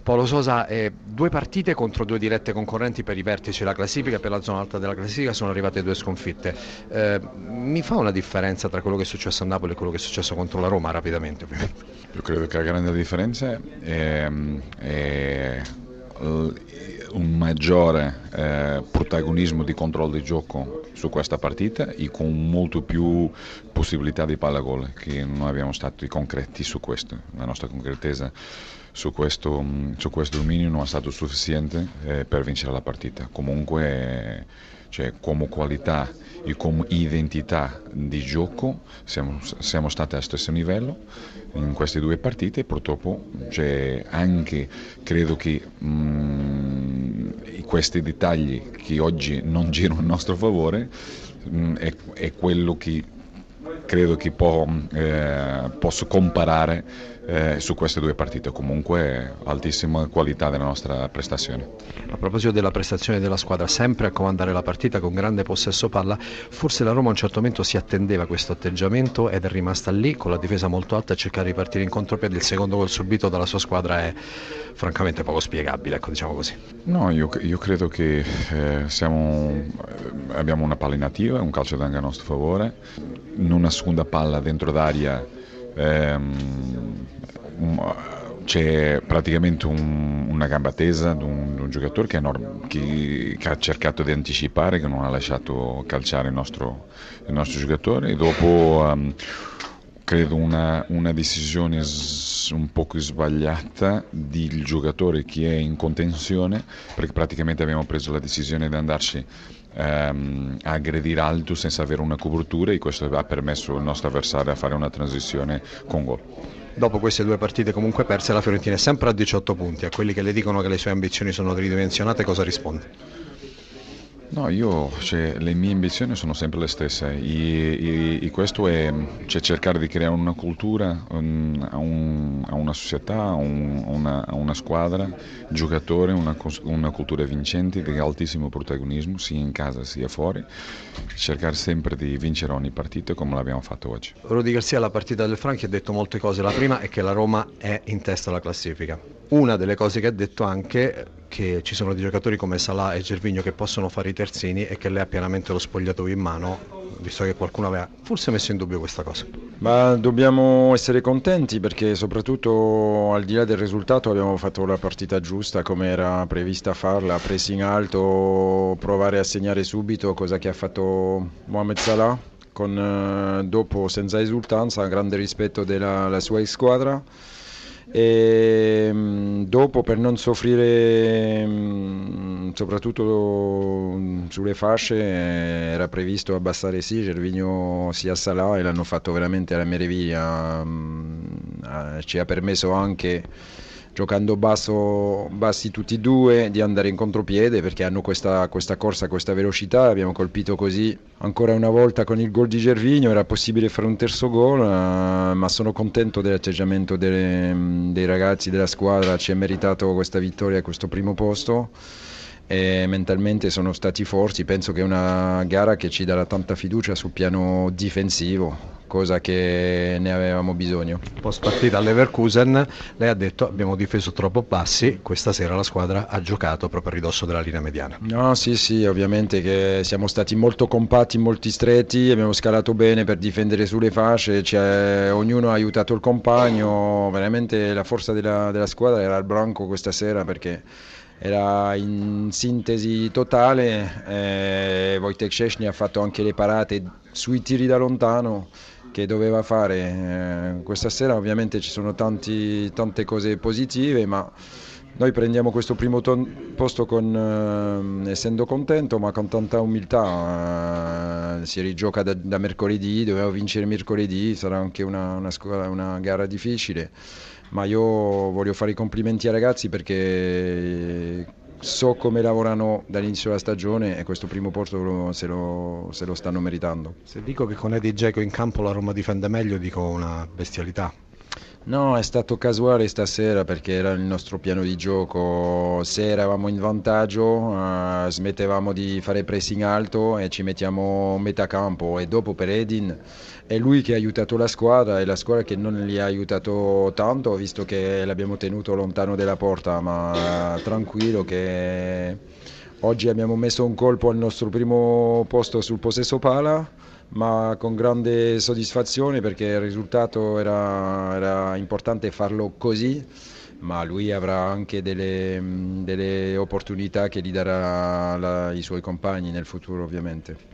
Paolo Sosa, due partite contro due dirette concorrenti per i vertici della classifica e per la zona alta della classifica sono arrivate due sconfitte. Mi fa una differenza tra quello che è successo a Napoli e quello che è successo contro la Roma, rapidamente ovviamente? Io credo che la grande differenza è un maggiore protagonismo di controllo di gioco su questa partita e con molto più possibilità di palla gol, che non abbiamo stati concreti su questo. La nostra concretezza su questo dominio non è stato sufficiente per vincere la partita. Comunque, come qualità e come identità di gioco siamo stati allo stesso livello in queste due partite. Purtroppo anche credo che questi dettagli che oggi non girano a nostro favore è quello che credo che posso comparare su queste due partite. Comunque altissima qualità della nostra prestazione. A proposito della prestazione della squadra, sempre a comandare la partita con grande possesso palla, forse la Roma a un certo momento si attendeva questo atteggiamento ed è rimasta lì con la difesa molto alta a cercare di partire in contropiede. Il secondo gol subito dalla sua squadra è francamente poco spiegabile, ecco, diciamo così. No, io credo che abbiamo una palla inattiva, un calcio d'angolo a nostro favore, in una seconda palla dentro d'area c'è praticamente una gamba tesa di un giocatore che ha cercato di anticipare, che non ha lasciato calciare il nostro giocatore, e dopo credo una decisione un poco sbagliata del giocatore che è in contenzione, perché praticamente abbiamo preso la decisione di andarci a aggredire alto senza avere una copertura, e questo ha permesso al nostro avversario a fare una transizione con gol. Dopo queste due partite comunque perse, la Fiorentina è sempre a 18 punti. A quelli che le dicono che le sue ambizioni sono ridimensionate, cosa risponde? No, le mie ambizioni sono sempre le stesse, e questo è cercare di creare una cultura a una società, a una squadra, giocatori, una cultura vincente di altissimo protagonismo sia in casa sia fuori, cercare sempre di vincere ogni partita come l'abbiamo fatto oggi. Rudy Garcia alla partita del Franchi ha detto molte cose. La prima è che la Roma è in testa alla classifica. Una delle cose che ha detto anche che ci sono dei giocatori come Salah e Gervinho che possono fare i terzini e che lei ha pienamente lo spogliatoio in mano, visto che qualcuno aveva forse messo in dubbio questa cosa. Ma dobbiamo essere contenti, perché soprattutto al di là del risultato abbiamo fatto la partita giusta come era prevista farla, pressing alto, provare a segnare subito, cosa che ha fatto Mohamed Salah, dopo senza esultanza, grande rispetto della sua squadra. E dopo, per non soffrire soprattutto sulle fasce, era previsto abbassare Gervinho sia Salah, e l'hanno fatto veramente alla meraviglia. Ci ha permesso anche, giocando bassi tutti e due, di andare in contropiede, perché hanno questa corsa, questa velocità. Abbiamo colpito così ancora una volta con il gol di Gervinho. Era possibile fare un terzo gol, ma sono contento dell'atteggiamento dei ragazzi della squadra. Ci è meritato questa vittoria, questo primo posto, e mentalmente sono stati forti. Penso che è una gara che ci darà tanta fiducia sul piano difensivo, cosa che ne avevamo bisogno. Post partita al Leverkusen lei ha detto: abbiamo difeso troppo bassi, questa sera la squadra ha giocato proprio a ridosso della linea mediana. No, sì, ovviamente che siamo stati molto compatti, molto stretti, abbiamo scalato bene per difendere sulle fasce, ognuno ha aiutato il compagno. Veramente la forza della squadra era al branco questa sera, perché era in sintesi totale. Wojtek Szczęsny ha fatto anche le parate sui tiri da lontano che doveva fare. Questa sera ovviamente ci sono tante cose positive, ma noi prendiamo questo primo posto essendo contento, ma con tanta umiltà. Si rigioca da mercoledì, doveva vincere mercoledì, sarà anche una gara difficile, ma io voglio fare i complimenti ai ragazzi, perché so come lavorano dall'inizio della stagione, e questo primo posto se lo stanno meritando. Se dico che con Eddie Dzeko in campo la Roma difende meglio, dico una bestialità. No, è stato casuale stasera perché era il nostro piano di gioco. Se eravamo in vantaggio, smettevamo di fare pressing alto e ci mettiamo a metà campo. E dopo per Edin è lui che ha aiutato la squadra, e la squadra che non gli ha aiutato tanto, visto che l'abbiamo tenuto lontano dalla porta, ma tranquillo che oggi abbiamo messo un colpo al nostro primo posto sul possesso pala, ma con grande soddisfazione perché il risultato era importante farlo così, ma lui avrà anche delle opportunità che gli darà i suoi compagni nel futuro ovviamente.